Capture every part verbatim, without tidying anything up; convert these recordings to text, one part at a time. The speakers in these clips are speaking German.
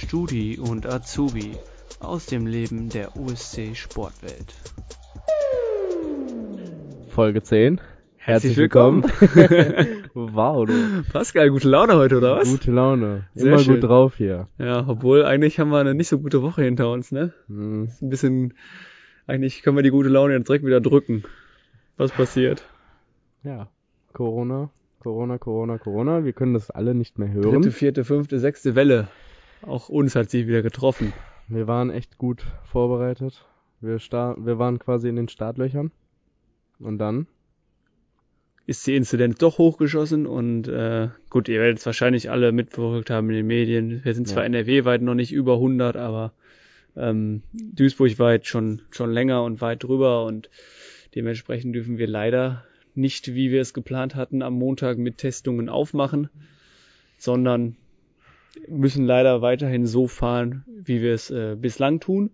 Studi und Azubi aus dem Leben der U S C Sportwelt. Folge zehn. Herzlich willkommen. Wow, du. Pascal, gute Laune heute, oder was? Gute Laune. Sehr Immer schön. gut drauf hier. Ja, obwohl eigentlich haben wir eine nicht so gute Woche hinter uns, ne? Hm. Ist ein bisschen, eigentlich können wir die gute Laune jetzt direkt wieder drücken. Was passiert? Ja, Corona, Corona, Corona, Corona. Wir können das alle nicht mehr hören. Dritte, vierte, fünfte, sechste Welle. Auch uns hat sie wieder getroffen. Wir waren echt gut vorbereitet. Wir, star- wir waren quasi in den Startlöchern. Und dann? Ist die Inzidenz doch hochgeschossen und äh, gut, ihr werdet es wahrscheinlich alle mitverfolgt haben in den Medien. Wir sind zwar Ja. N R W-weit noch nicht über hundert, aber ähm, Duisburg-weit schon schon länger und weit drüber und dementsprechend dürfen wir leider nicht, wie wir es geplant hatten, am Montag mit Testungen aufmachen, sondern müssen leider weiterhin so fahren, wie wir es äh, bislang tun.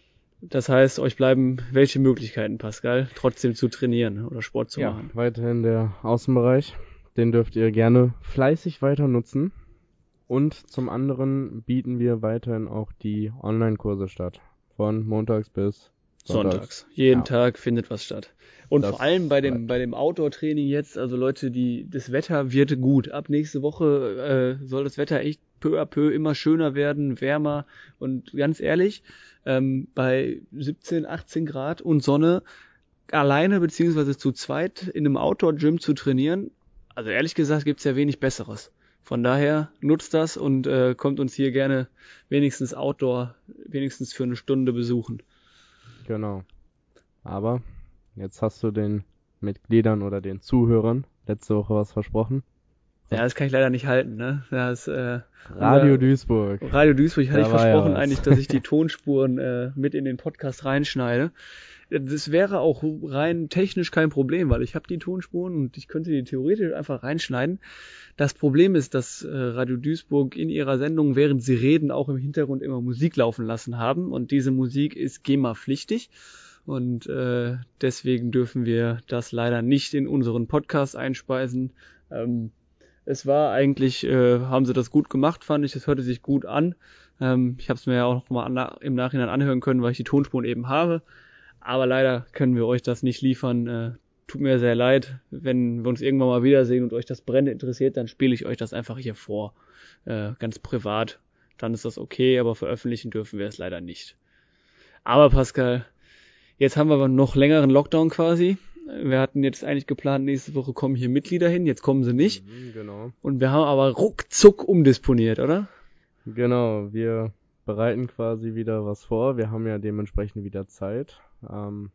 Das heißt, euch bleiben welche Möglichkeiten, Pascal, trotzdem zu trainieren oder Sport zu Ja, machen? weiterhin der Außenbereich. Den dürft ihr gerne fleißig weiter nutzen. Und zum anderen bieten wir weiterhin auch die Online-Kurse statt. Von montags bis sonntags. Sonntags. Jeden Ja. Tag findet was statt. Und Das vor allem bei dem, bleibt. bei dem Outdoor-Training jetzt, also Leute, die, das Wetter wird gut. Ab nächste Woche äh, soll das Wetter echt peu à peu immer schöner werden, wärmer. Und ganz ehrlich, ähm, bei siebzehn, achtzehn Grad und Sonne alleine beziehungsweise zu zweit in einem Outdoor-Gym zu trainieren, also ehrlich gesagt gibt's ja wenig Besseres. Von daher nutzt das und äh, kommt uns hier gerne wenigstens Outdoor, wenigstens für eine Stunde besuchen. Genau. Aber jetzt hast du den Mitgliedern oder den Zuhörern letzte Woche was versprochen. Ja, das kann ich leider nicht halten, ne? Das, äh, Radio unser- Duisburg. Radio Duisburg hatte Da ich war ja versprochen was. eigentlich, dass ich die Tonspuren äh, mit in den Podcast reinschneide. Das wäre auch rein technisch kein Problem, weil ich habe die Tonspuren und ich könnte die theoretisch einfach reinschneiden. Das Problem ist, dass äh, Radio Duisburg in ihrer Sendung, während sie reden, auch im Hintergrund immer Musik laufen lassen haben und diese Musik ist GEMA-pflichtig. Und äh, deswegen dürfen wir das leider nicht in unseren Podcast einspeisen. Ähm, es war eigentlich, äh, haben sie das gut gemacht, fand ich. Es hörte sich gut an. Ähm, ich habe es mir ja auch noch mal an, im Nachhinein anhören können, weil ich die Tonspuren eben habe. Aber leider können wir euch das nicht liefern. Äh, tut mir sehr leid. Wenn wir uns irgendwann mal wiedersehen und euch das brennend interessiert, dann spiele ich euch das einfach hier vor. Äh, ganz privat. Dann ist das okay, aber veröffentlichen dürfen wir es leider nicht. Aber Pascal, jetzt haben wir aber noch längeren Lockdown quasi. Wir hatten jetzt eigentlich geplant, nächste Woche kommen hier Mitglieder hin, jetzt kommen sie nicht. Mhm, genau. Und wir haben aber ruckzuck umdisponiert, oder? Genau, wir bereiten quasi wieder was vor. Wir haben ja dementsprechend wieder Zeit. Ähm,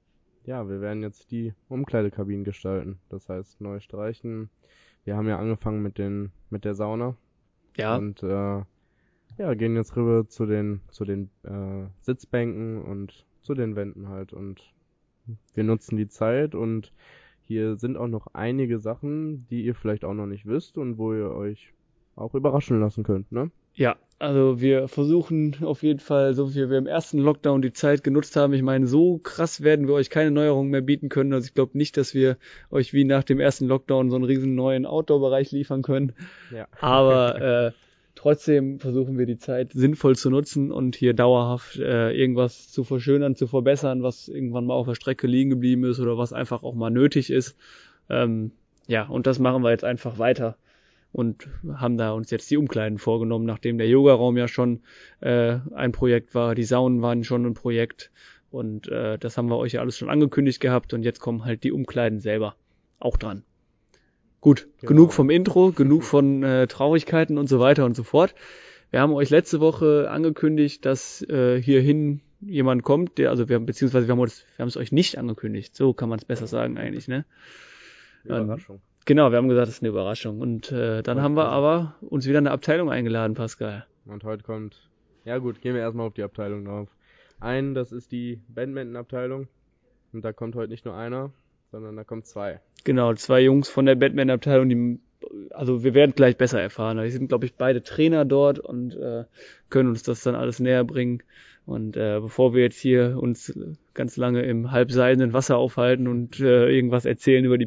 ja, wir werden jetzt die Umkleidekabinen gestalten. Das heißt, neu streichen. Wir haben ja angefangen mit den mit der Sauna. Ja. Und äh, ja, gehen jetzt rüber zu den zu den äh, Sitzbänken und zu den Wänden halt. Und wir nutzen die Zeit und hier sind auch noch einige Sachen, die ihr vielleicht auch noch nicht wisst und wo ihr euch auch überraschen lassen könnt, ne? Ja, also wir versuchen auf jeden Fall, so wie wir im ersten Lockdown die Zeit genutzt haben. Ich meine, so krass werden wir euch keine Neuerungen mehr bieten können. Also ich glaube nicht, dass wir euch wie nach dem ersten Lockdown so einen riesen neuen Outdoor-Bereich liefern können. Ja. Aber äh, trotzdem versuchen wir die Zeit sinnvoll zu nutzen und hier dauerhaft äh, irgendwas zu verschönern, zu verbessern, was irgendwann mal auf der Strecke liegen geblieben ist oder was einfach auch mal nötig ist. Ähm, ja, und das machen wir jetzt einfach weiter. Und haben da uns jetzt die Umkleiden vorgenommen, nachdem der Yogaraum ja schon äh, ein Projekt war, die Saunen waren schon ein Projekt und äh, das haben wir euch ja alles schon angekündigt gehabt und jetzt kommen halt die Umkleiden selber auch dran. Gut, Genau. genug vom Intro, genug von äh, Traurigkeiten und so weiter und so fort. Wir haben euch letzte Woche angekündigt, dass äh, hierhin jemand kommt, der, also wir haben, beziehungsweise wir haben uns, wir haben es euch nicht angekündigt, so kann man es besser sagen eigentlich, ne? Überraschung. Genau, wir haben gesagt, das ist eine Überraschung. Und äh, dann Und haben wir also- aber uns wieder eine Abteilung eingeladen, Pascal. Und heute kommt, ja gut, gehen wir erstmal auf die Abteilung drauf. Ein, das ist die Badminton-Abteilung. Und da kommt heute nicht nur einer, sondern da kommt zwei. Genau, zwei Jungs von der Batman-Abteilung, die, also wir werden gleich besser erfahren. Die sind, glaube ich, beide Trainer dort und äh, können uns das dann alles näher bringen. Und äh, bevor wir jetzt hier uns ganz lange im halbseidenen Wasser aufhalten und äh, irgendwas erzählen über die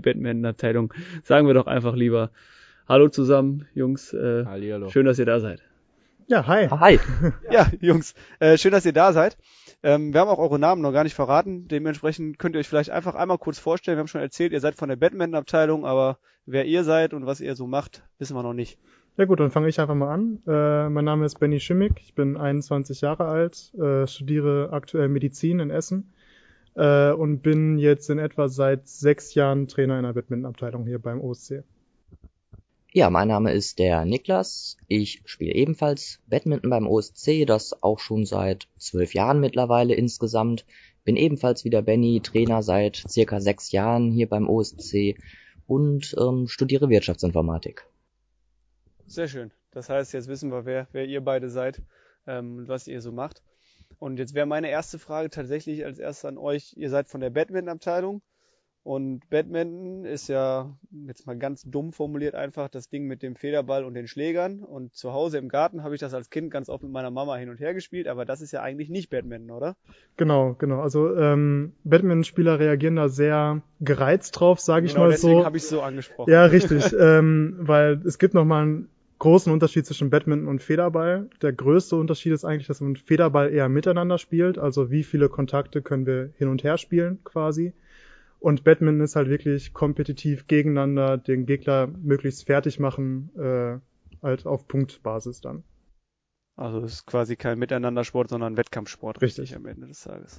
Batman-Abteilung, sagen wir doch einfach lieber Hallo zusammen, Jungs. Äh, Hallihallo. schön, dass ihr da seid. Ja, hi. Hi. Ja, Jungs, äh, schön, dass ihr da seid. Ähm, wir haben auch eure Namen noch gar nicht verraten. Dementsprechend könnt ihr euch vielleicht einfach einmal kurz vorstellen. Wir haben schon erzählt, ihr seid von der Badminton-Abteilung, aber wer ihr seid und was ihr so macht, wissen wir noch nicht. Ja gut, dann fange ich einfach mal an. Äh, mein Name ist Benny Schimmig, ich bin einundzwanzig Jahre alt, äh, studiere aktuell Medizin in Essen äh, und bin jetzt in etwa seit sechs Jahren Trainer in der Badminton-Abteilung hier beim O S C. Ja, mein Name ist der Niklas. Ich spiele ebenfalls Badminton beim O S C, das auch schon seit zwölf Jahren mittlerweile insgesamt. Bin ebenfalls wie der Benny Trainer seit circa sechs Jahren hier beim O S C und ähm, studiere Wirtschaftsinformatik. Sehr schön. Das heißt, jetzt wissen wir, wer, wer ihr beide seid ähm, und was ihr so macht. Und jetzt wäre meine erste Frage tatsächlich als erstes an euch. Ihr seid von der Badminton-Abteilung. Und Badminton ist ja, jetzt mal ganz dumm formuliert, einfach das Ding mit dem Federball und den Schlägern. Und zu Hause im Garten habe ich das als Kind ganz oft mit meiner Mama hin und her gespielt, aber das ist ja eigentlich nicht Badminton, oder? Genau, genau. Also ähm, Badminton-Spieler reagieren da sehr gereizt drauf, sage ich Genau, mal deswegen so. habe ich es so angesprochen. Ja, richtig, ähm, weil es gibt nochmal einen großen Unterschied zwischen Badminton und Federball. Der größte Unterschied ist eigentlich, dass man Federball eher miteinander spielt, also wie viele Kontakte können wir hin und her spielen quasi. Und Badminton ist halt wirklich kompetitiv gegeneinander, den Gegner möglichst fertig machen, äh, halt auf Punktbasis dann. Also es ist quasi kein Miteinandersport, sondern Wettkampfsport, richtig, Richtig. am Ende des Tages.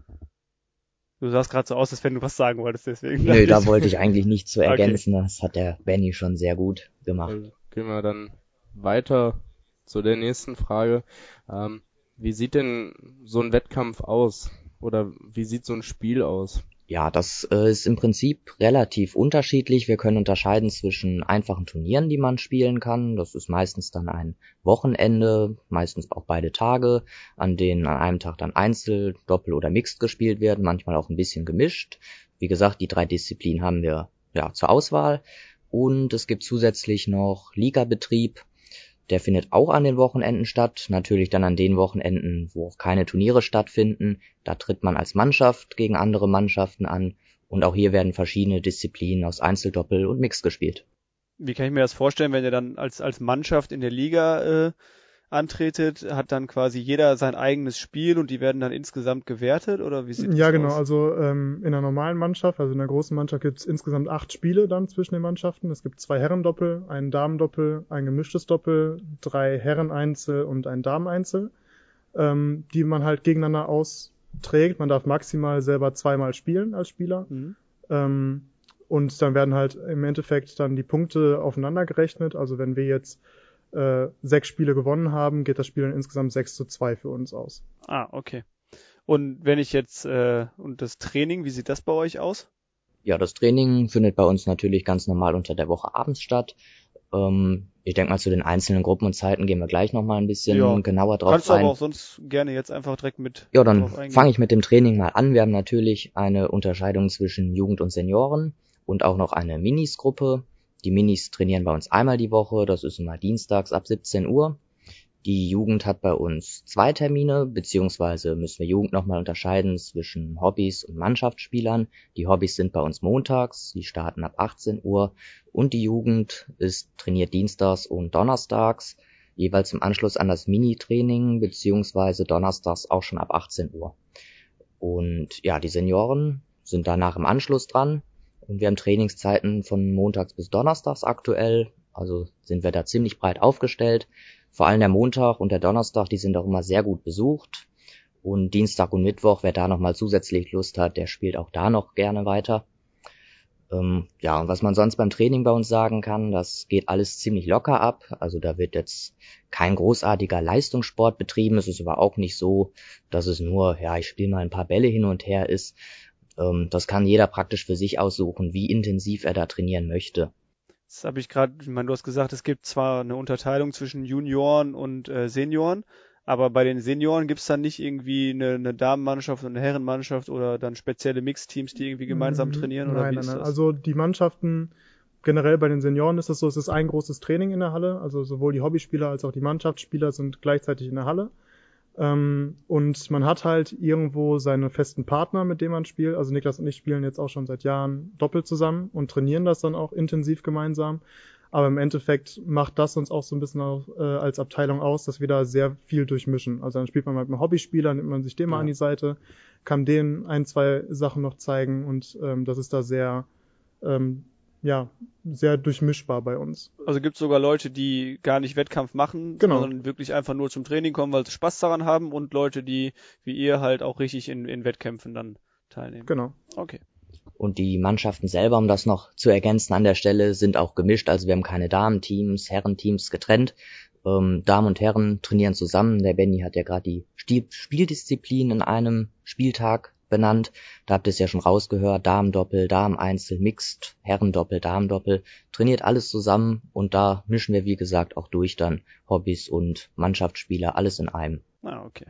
Du sahst gerade so aus, als wenn du was sagen wolltest, deswegen. Nö, da wollte ich eigentlich nicht zu Okay. ergänzen. Das hat der Benny schon sehr gut gemacht. Also gehen wir dann weiter zu der nächsten Frage. Ähm, wie sieht denn so ein Wettkampf aus? Oder wie sieht so ein Spiel aus? Ja, das äh, ist im Prinzip relativ unterschiedlich. Wir können unterscheiden zwischen einfachen Turnieren, die man spielen kann. Das ist meistens dann ein Wochenende, meistens auch beide Tage, an denen an einem Tag dann Einzel, Doppel oder Mixed gespielt werden, manchmal auch ein bisschen gemischt. Wie gesagt, die drei Disziplinen haben wir ja zur Auswahl. Und es gibt zusätzlich noch Ligabetrieb. Der findet auch an den Wochenenden statt, natürlich dann an den Wochenenden, wo auch keine Turniere stattfinden. Da tritt man als Mannschaft gegen andere Mannschaften an und auch hier werden verschiedene Disziplinen aus Einzel, Doppel und Mixed gespielt. Wie kann ich mir das vorstellen, wenn ihr dann als, als Mannschaft in der Liga äh, antretet, hat dann quasi jeder sein eigenes Spiel und die werden dann insgesamt gewertet oder wie sieht das Ja, aus? genau. Also ähm, in einer normalen Mannschaft, also in der großen Mannschaft, gibt es insgesamt acht Spiele dann zwischen den Mannschaften. Es gibt zwei Herrendoppel, ein Damendoppel, ein gemischtes Doppel, drei Herreneinzel und ein Dameneinzel, ähm, die man halt gegeneinander austrägt. Man darf maximal selber zweimal spielen als Spieler. Mhm. Ähm, und dann werden halt im Endeffekt dann die Punkte aufeinander gerechnet. Also wenn wir jetzt äh, sechs Spiele gewonnen haben, geht das Spiel dann insgesamt sechs zu zwei für uns aus. Ah, okay. Und wenn ich jetzt, äh, und das Training, wie sieht das bei euch aus? Ja, das Training findet bei uns natürlich ganz normal unter der Woche abends statt. Ähm, ich denke mal, zu den einzelnen Gruppen und Zeiten gehen wir gleich nochmal ein bisschen Ja. genauer drauf Kannst du rein. aber auch sonst gerne jetzt einfach direkt mit Ja, drauf dann eingehen. fange ich mit dem Training mal an. Wir haben natürlich eine Unterscheidung zwischen Jugend und Senioren und auch noch eine Minis-Gruppe. Die Minis trainieren bei uns einmal die Woche, das ist immer dienstags ab siebzehn Uhr. Die Jugend hat bei uns zwei Termine, beziehungsweise müssen wir Jugend nochmal unterscheiden zwischen Hobbys und Mannschaftsspielern. Die Hobbys sind bei uns montags, die starten ab achtzehn Uhr und die Jugend ist trainiert dienstags und donnerstags, jeweils im Anschluss an das Mini-Training, beziehungsweise donnerstags auch schon ab achtzehn Uhr. Und ja, die Senioren sind danach im Anschluss dran und wir haben Trainingszeiten von montags bis donnerstags aktuell, also sind wir da ziemlich breit aufgestellt. Vor allem der Montag und der Donnerstag, die sind auch immer sehr gut besucht. Und Dienstag und Mittwoch, wer da nochmal zusätzlich Lust hat, der spielt auch da noch gerne weiter. Ähm, ja, und was man sonst beim Training bei uns sagen kann, das geht alles ziemlich locker ab. Also da wird jetzt kein großartiger Leistungssport betrieben. Es ist aber auch nicht so, dass es nur, ja, ich spiele mal ein paar Bälle hin und her ist. Ähm, das kann jeder praktisch für sich aussuchen, wie intensiv er da trainieren möchte. Das habe ich gerade, ich meine, du hast gesagt, es gibt zwar eine Unterteilung zwischen Junioren und äh, Senioren, aber bei den Senioren gibt es dann nicht irgendwie eine, eine Damenmannschaft und eine Herrenmannschaft oder dann spezielle Mixteams, die irgendwie gemeinsam trainieren oder Nein, wie nein, ist nein. das? Also die Mannschaften, generell bei den Senioren ist es so, es ist ein großes Training in der Halle. Also sowohl die Hobbyspieler als auch die Mannschaftsspieler sind gleichzeitig in der Halle. Ähm, und man hat halt irgendwo seine festen Partner, mit denen man spielt. Also Niklas und ich spielen jetzt auch schon seit Jahren doppelt zusammen und trainieren das dann auch intensiv gemeinsam. Aber im Endeffekt macht das uns auch so ein bisschen auch, äh, als Abteilung aus, dass wir da sehr viel durchmischen. Also dann spielt man mit einem Hobbyspieler, nimmt man sich den mal Ja. an die Seite, kann dem ein, zwei Sachen noch zeigen und ähm, das ist da sehr, ähm, ja, sehr durchmischbar bei uns. Also gibt es sogar Leute, die gar nicht Wettkampf machen, Genau. sondern wirklich einfach nur zum Training kommen, weil sie Spaß daran haben und Leute, die wie ihr halt auch richtig in, in Wettkämpfen dann teilnehmen. Genau. Okay. Und die Mannschaften selber, um das noch zu ergänzen an der Stelle, sind auch gemischt. Also wir haben keine Damenteams, Herrenteams getrennt. Ähm, Damen und Herren trainieren zusammen. Der Benny hat ja gerade die Stil- Spieldisziplin in einem Spieltag benannt. Da habt ihr es ja schon rausgehört. Damendoppel, Dameneinzel, Mixed, Herrendoppel, Damendoppel. Trainiert alles zusammen und da mischen wir, wie gesagt, auch durch dann Hobbys und Mannschaftsspieler, alles in einem. Ah, okay.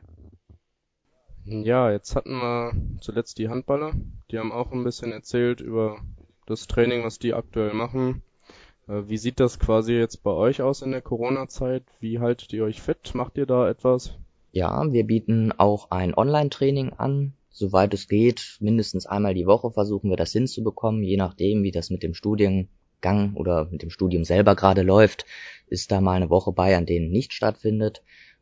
Ja, jetzt hatten wir zuletzt die Handballer. Die haben auch ein bisschen erzählt über das Training, was die aktuell machen. Äh, Wie sieht das quasi jetzt bei euch aus in der Corona-Zeit? Wie haltet ihr euch fit? Macht ihr da etwas? Ja, wir bieten auch ein Online-Training an. Soweit es geht, mindestens einmal die Woche versuchen wir das hinzubekommen. Je nachdem, wie das mit dem Studiengang oder mit dem Studium selber gerade läuft, ist da mal eine Woche bei, an denen nicht stattfindet.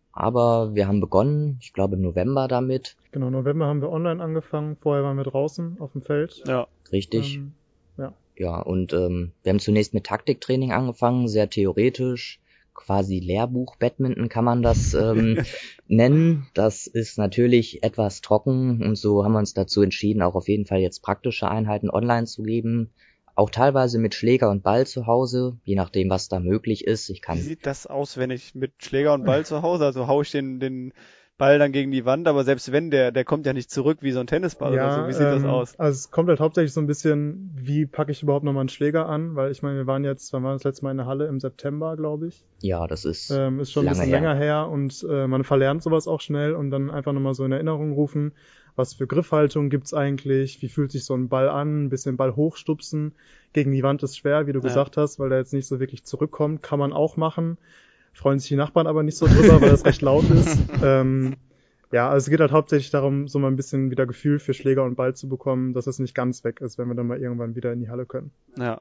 Aber wir haben begonnen, ich glaube im November damit. Genau, November haben wir online angefangen, vorher waren wir draußen auf dem Feld. Ja. Richtig. Ähm, ja. Ja, und ähm, wir haben zunächst mit Taktiktraining angefangen, sehr theoretisch, quasi Lehrbuch-Badminton kann man das ähm, nennen. Das ist natürlich etwas trocken und so haben wir uns dazu entschieden, auch auf jeden Fall jetzt praktische Einheiten online zu geben. Auch teilweise mit Schläger und Ball zu Hause, je nachdem, was da möglich ist. Ich Wie kann sieht das aus, wenn ich mit Schläger und Ball zu Hause, also hau ich den, den Ball dann gegen die Wand, aber selbst wenn, der, der kommt ja nicht zurück wie so ein Tennisball oder so. Wie sieht das ähm, aus? Also es kommt halt hauptsächlich so ein bisschen, wie packe ich überhaupt nochmal einen Schläger an, weil ich meine, wir waren jetzt, wann war das letzte Mal in der Halle? Im September, glaube ich. ja, das ist Ähm, ist schon ein lange bisschen her. länger her und äh, man verlernt sowas auch schnell und dann einfach nochmal so in Erinnerung rufen, was für Griffhaltung gibt's eigentlich, wie fühlt sich so ein Ball an, ein bisschen Ball hochstupsen, gegen die Wand ist schwer, wie du Ja. gesagt hast, weil der jetzt nicht so wirklich zurückkommt, kann man auch machen, freuen sich die Nachbarn aber nicht so drüber, weil das recht laut ist. Ähm, ja, also es geht halt hauptsächlich darum, so mal ein bisschen wieder Gefühl für Schläger und Ball zu bekommen, dass es nicht ganz weg ist, wenn wir dann mal irgendwann wieder in die Halle können. Ja.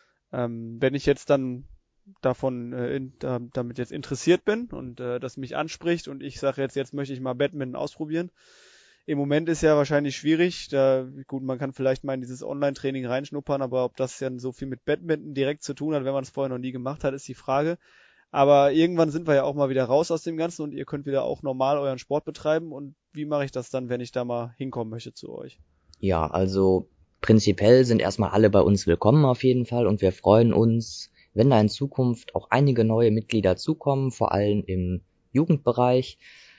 Ähm, wenn ich jetzt dann davon äh, in, da, damit jetzt interessiert bin und äh, das mich anspricht und ich sage jetzt, jetzt möchte ich mal Badminton ausprobieren. Im Moment ist ja wahrscheinlich schwierig, da gut, man kann vielleicht mal in dieses Online-Training reinschnuppern, aber ob das dann so viel mit Badminton direkt zu tun hat, wenn man es vorher noch nie gemacht hat, ist die Frage. Aber irgendwann sind wir ja auch mal wieder raus aus dem Ganzen und ihr könnt wieder auch normal euren Sport betreiben. Und wie mache ich das dann, wenn ich da mal hinkommen möchte zu euch? Ja, also prinzipiell sind erstmal alle bei uns willkommen auf jeden Fall und wir freuen uns, wenn da in Zukunft auch einige neue Mitglieder zukommen, vor allem im Jugendbereich.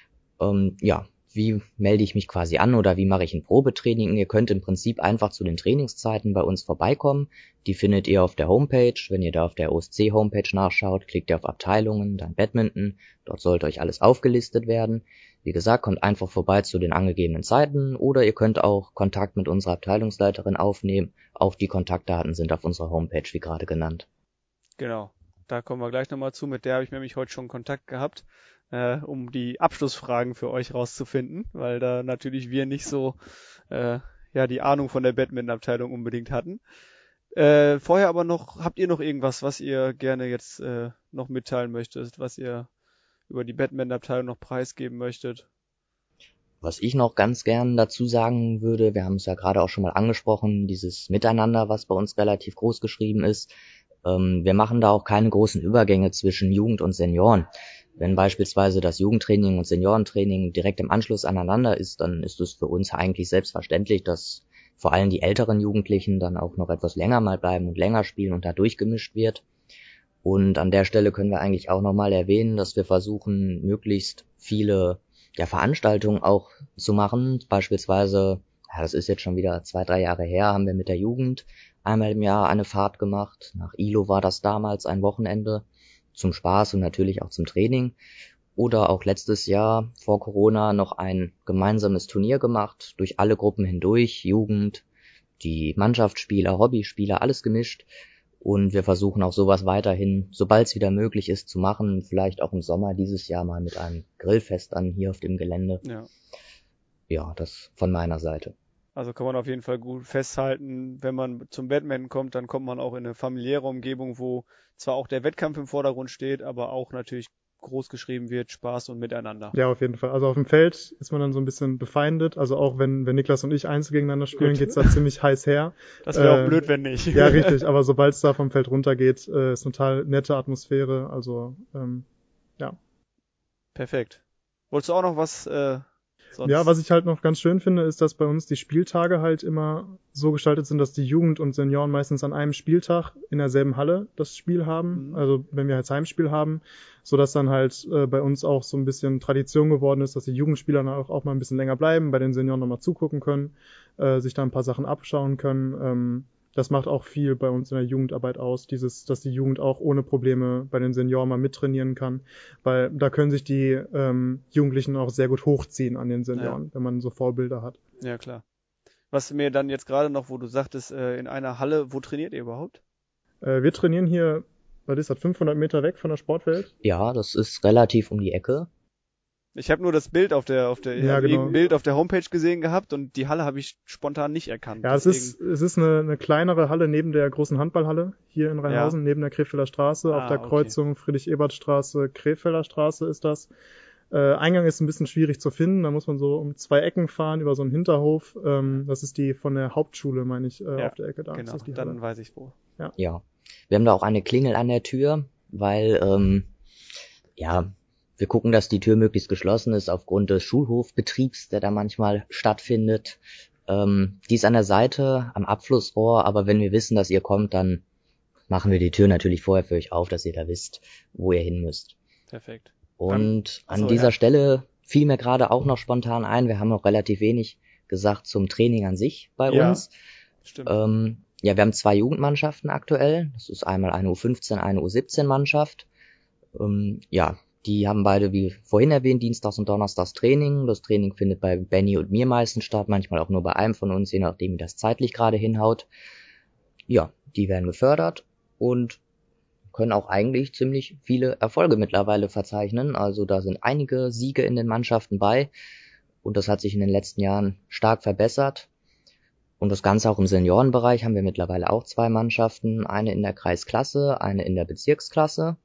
Ähm, ja, wie melde ich mich quasi an oder wie mache ich ein Probetraining? Ihr könnt im Prinzip einfach zu den Trainingszeiten bei uns vorbeikommen. Die findet ihr auf der Homepage. Wenn ihr da auf der O S C-Homepage nachschaut, klickt ihr auf Abteilungen, dann Badminton. Dort sollte euch alles aufgelistet werden. Wie gesagt, kommt einfach vorbei zu den angegebenen Zeiten oder ihr könnt auch Kontakt mit unserer Abteilungsleiterin aufnehmen. Auch die Kontaktdaten sind auf unserer Homepage, wie gerade genannt. Genau, da kommen wir gleich nochmal zu. Mit der habe ich nämlich heute schon Kontakt gehabt, äh, um die Abschlussfragen für euch rauszufinden, weil da natürlich wir nicht so äh, ja die Ahnung von der Badminton-Abteilung unbedingt hatten. Äh, vorher aber noch, habt ihr noch irgendwas, was ihr gerne jetzt äh, noch mitteilen möchtet, was ihr über die Badminton-Abteilung noch preisgeben möchtet? Was ich noch ganz gern dazu sagen würde, wir haben es ja gerade auch schon mal angesprochen, dieses Miteinander, was bei uns relativ groß geschrieben ist. Ähm, wir machen da auch keine großen Übergänge zwischen Jugend und Senioren. Wenn beispielsweise das Jugendtraining und Seniorentraining direkt im Anschluss aneinander ist, dann ist es für uns eigentlich selbstverständlich, dass vor allem die älteren Jugendlichen dann auch noch etwas länger mal bleiben und länger spielen und da durchgemischt wird. Und an der Stelle können wir eigentlich auch nochmal erwähnen, dass wir versuchen, möglichst viele ja, Veranstaltungen auch zu machen. Beispielsweise, ja, das ist jetzt schon wieder zwei, drei Jahre her, haben wir mit der Jugend einmal im Jahr eine Fahrt gemacht. Nach Ilo war das damals ein Wochenende zum Spaß und natürlich auch zum Training. Oder auch letztes Jahr vor Corona noch ein gemeinsames Turnier gemacht, durch alle Gruppen hindurch, Jugend, die Mannschaftsspieler, Hobbyspieler, alles gemischt. Und wir versuchen auch sowas weiterhin, sobald es wieder möglich ist, zu machen. Vielleicht auch im Sommer dieses Jahr mal mit einem Grillfest dann hier auf dem Gelände. Ja. Ja, das von meiner Seite. Also kann man auf jeden Fall gut festhalten, wenn man zum Badminton kommt, dann kommt man auch in eine familiäre Umgebung, wo zwar auch der Wettkampf im Vordergrund steht, aber auch natürlich groß geschrieben wird, Spaß und Miteinander. Ja, auf jeden Fall. Also auf dem Feld ist man dann so ein bisschen befeindet. Also auch wenn, wenn Niklas und ich eins gegeneinander spielen, Gut. geht's da ziemlich heiß her. Das wäre äh, auch blöd, wenn nicht. Ja, richtig. Aber sobald es da vom Feld runtergeht, äh, ist eine total nette Atmosphäre. Also, ähm, ja. Perfekt. Wolltest du auch noch was äh, sonst? Ja, was ich halt noch ganz schön finde, ist, dass bei uns die Spieltage halt immer so gestaltet sind, dass die Jugend und Senioren meistens an einem Spieltag in derselben Halle das Spiel haben. Mhm. Also wenn wir halt Heimspiel haben, so dass dann halt äh, bei uns auch so ein bisschen Tradition geworden ist, dass die Jugendspieler dann auch, auch mal ein bisschen länger bleiben, bei den Senioren nochmal zugucken können, äh, sich da ein paar Sachen abschauen können. Ähm, das macht auch viel bei uns in der Jugendarbeit aus, dieses, dass die Jugend auch ohne Probleme bei den Senioren mal mittrainieren kann, weil da können sich die ähm, Jugendlichen auch sehr gut hochziehen an den Senioren, Ja. wenn man so Vorbilder hat. Ja, klar. Was mir dann jetzt gerade noch, wo du sagtest, äh, in einer Halle, wo trainiert ihr überhaupt? Äh, wir trainieren hier, was ist das, fünfhundert Meter weg von der Sportwelt? Ja, das ist relativ um die Ecke. Ich habe nur das Bild auf der auf der Ja, hab genau. irgendein Bild auf der Homepage gesehen gehabt und die Halle habe ich spontan nicht erkannt. Ja, es ist, es ist eine, eine kleinere Halle neben der großen Handballhalle hier in Rheinhausen, Ja. neben der Krefelder Straße, Ah, auf der okay. Kreuzung Friedrich-Ebert-Straße, Krefelder Straße ist das. Äh, Eingang ist ein bisschen schwierig zu finden, da muss man so um zwei Ecken fahren, über so einen Hinterhof. Ähm, das ist die von der Hauptschule, meine ich, äh, Ja, auf der Ecke da. Genau, Ist das die dann Halle. weiß ich wo. Ja. Wir haben da auch eine Klingel an der Tür, weil, ähm, ja, wir gucken, dass die Tür möglichst geschlossen ist aufgrund des Schulhofbetriebs, der da manchmal stattfindet. Ähm, die ist an der Seite am Abflussrohr, aber wenn wir wissen, dass ihr kommt, dann machen wir die Tür natürlich vorher für euch auf, dass ihr da wisst, wo ihr hin müsst. Perfekt. Und Dann, achso, an dieser ja. Stelle fiel mir gerade auch noch spontan ein, wir haben noch relativ wenig gesagt zum Training an sich bei Ja, uns. Stimmt. Ähm, ja, wir haben zwei Jugendmannschaften aktuell. Das ist einmal eine U fünfzehn, eine U siebzehn Mannschaft. Ähm, ja, die haben beide, wie vorhin erwähnt, Dienstags und Donnerstags Training. Das Training findet bei Benny und mir meistens statt, manchmal auch nur bei einem von uns, je nachdem, wie das zeitlich gerade hinhaut. Ja, die werden gefördert und können auch eigentlich ziemlich viele Erfolge mittlerweile verzeichnen. Also da sind einige Siege in den Mannschaften bei und das hat sich in den letzten Jahren stark verbessert. Und das Ganze auch im Seniorenbereich haben wir mittlerweile auch zwei Mannschaften, eine in der Kreisklasse, eine in der Bezirksklasse.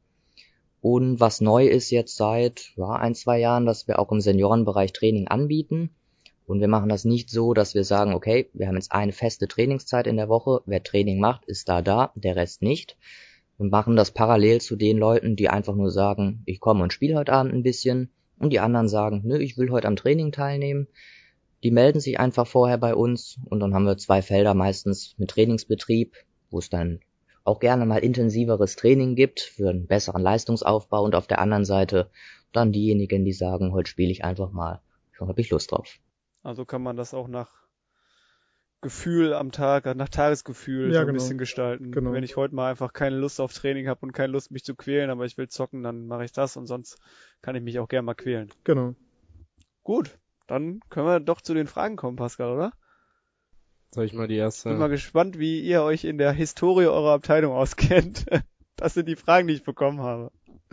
Und was neu ist jetzt seit ja, ein, zwei Jahren, dass wir auch im Seniorenbereich Training anbieten. Und wir machen das nicht so, dass wir sagen, okay, wir haben jetzt eine feste Trainingszeit in der Woche, wer Training macht, ist da da, der Rest nicht. Wir machen das parallel zu den Leuten, die einfach nur sagen, ich komme und spiele heute Abend ein bisschen. Und die anderen sagen, nö, ich will heute am Training teilnehmen. Die melden sich einfach vorher bei uns und dann haben wir zwei Felder meistens mit Trainingsbetrieb, wo es dann auch gerne mal intensiveres Training gibt für einen besseren Leistungsaufbau und auf der anderen Seite dann diejenigen, die sagen, heute spiele ich einfach mal, schon habe ich Lust drauf. Also kann man das auch nach Gefühl am Tag, nach Tagesgefühl Ja, so ein genau. bisschen gestalten. Genau. Wenn ich heute mal einfach keine Lust auf Training habe und keine Lust mich zu quälen, aber ich will zocken, dann mache ich das und sonst kann ich mich auch gerne mal quälen. Genau. Gut, dann können wir doch zu den Fragen kommen, Pascal, oder? Soll ich mal die erste? Bin mal gespannt, wie ihr euch in der Historie eurer Abteilung auskennt. Das sind die Fragen, die ich bekommen habe.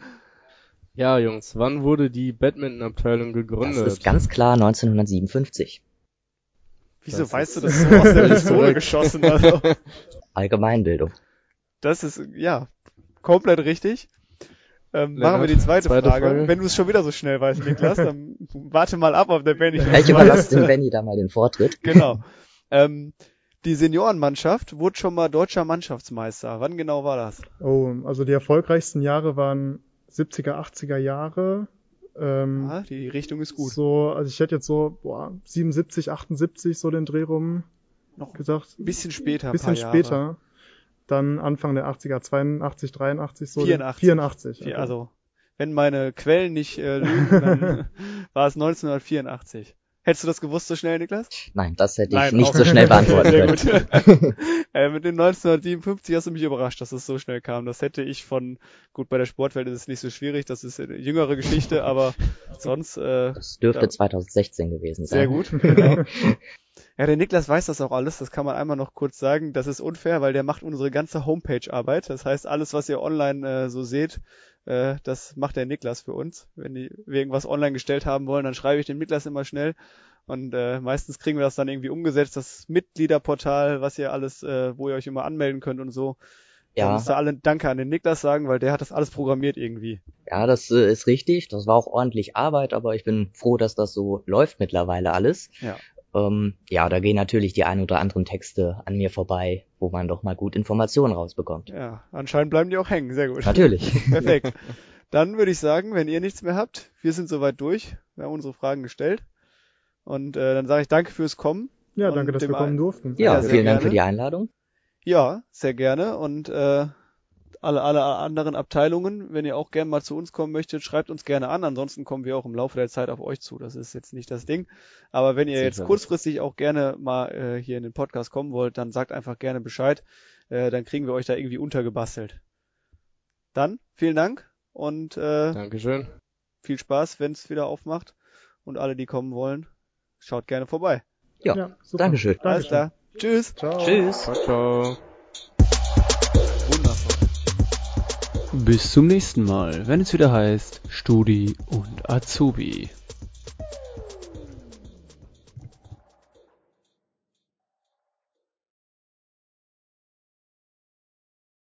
Ja, Jungs, wann wurde die Badminton-Abteilung gegründet? Das ist ganz klar neunzehnhundertsiebenundfünfzig. Wieso Das weißt du ist- das so aus der Völlig Pistole korrekt. geschossen? Also, Allgemeinbildung. das ist, ja, komplett richtig. Ähm, machen wir Lennart, die zweite, zweite Frage. Frage. Wenn du es schon wieder so schnell weißt, Niklas, dann warte mal ab, ob der Benny das Ja, ich weiß. überlasse dem Benny da mal den Vortritt. Genau. Ähm, die Seniorenmannschaft wurde schon mal deutscher Mannschaftsmeister. Wann genau war das? Oh, also die erfolgreichsten Jahre waren siebziger, achtziger Jahre. Ähm, Ah, die Richtung ist gut. So, also ich hätte jetzt so, boah, siebenundsiebzig, achtundsiebzig so den Dreh rum Noch ein gesagt. bisschen später, ein Bisschen paar Jahre. später. Dann Anfang der achtziger, zweiundachtzig, dreiundachtzig so. den- vierundachtzig. vierundachtzig. Vier- okay. Also, wenn meine Quellen nicht äh, lügen, dann war es neunzehnhundertvierundachtzig. Hättest du das gewusst so schnell, Niklas? Nein, das hätte ich Nein, nicht auch- so schnell beantworten Sehr können. gut. äh, mit den neunzehnhundertsiebenundfünfzig hast du mich überrascht, dass es so schnell kam. Das hätte ich von, gut, bei der Sportwelt ist es nicht so schwierig, das ist eine jüngere Geschichte, aber sonst, äh, Das dürfte Ja. zweitausendsechzehn gewesen sein. sehr gut. Genau. Ja, der Niklas weiß das auch alles, das kann man einmal noch kurz sagen. Das ist unfair, weil der macht unsere ganze Homepage-Arbeit. Das heißt, alles, was ihr online äh, so seht, äh, das macht der Niklas für uns. Wenn die wir irgendwas online gestellt haben wollen, dann schreibe ich dem Niklas immer schnell Und äh, meistens kriegen wir das dann irgendwie umgesetzt, das Mitgliederportal, was ihr alles, äh, wo ihr euch immer anmelden könnt und so. Ja. Da müsst ihr alle Danke an den Niklas sagen, weil der hat das alles programmiert irgendwie. Ja, das äh, ist richtig. Das war auch ordentlich Arbeit, aber ich bin froh, dass das so läuft mittlerweile alles. Ja. Ähm, ja, da gehen natürlich die ein oder anderen Texte an mir vorbei, wo man doch mal gut Informationen rausbekommt. Ja, anscheinend bleiben die auch hängen. Sehr gut. Natürlich. Perfekt. Dann würde ich sagen, wenn ihr nichts mehr habt, wir sind soweit durch. Wir haben unsere Fragen gestellt. Und äh, dann sage ich danke fürs Kommen. Ja, Und danke, dass dem wir kommen ein- durften. Ja, Ja, sehr vielen Dank gerne. für die Einladung. Ja, sehr gerne. Und äh, alle, alle anderen Abteilungen, wenn ihr auch gerne mal zu uns kommen möchtet, schreibt uns gerne an. Ansonsten kommen wir auch im Laufe der Zeit auf euch zu. Das ist jetzt nicht das Ding. Aber wenn ihr jetzt Sicherlich. kurzfristig auch gerne mal äh, hier in den Podcast kommen wollt, dann sagt einfach gerne Bescheid. Äh, dann kriegen wir euch da irgendwie untergebastelt. Dann vielen Dank und äh, Dankeschön. viel Spaß, wenn es wieder aufmacht. Und alle, die kommen wollen, schaut gerne vorbei. Ja, Ja, super. Dankeschön. Alles klar. Tschüss. Ciao. Tschüss. Ciao, ciao. Wundervoll. Bis zum nächsten Mal, wenn es wieder heißt Studi und Azubi.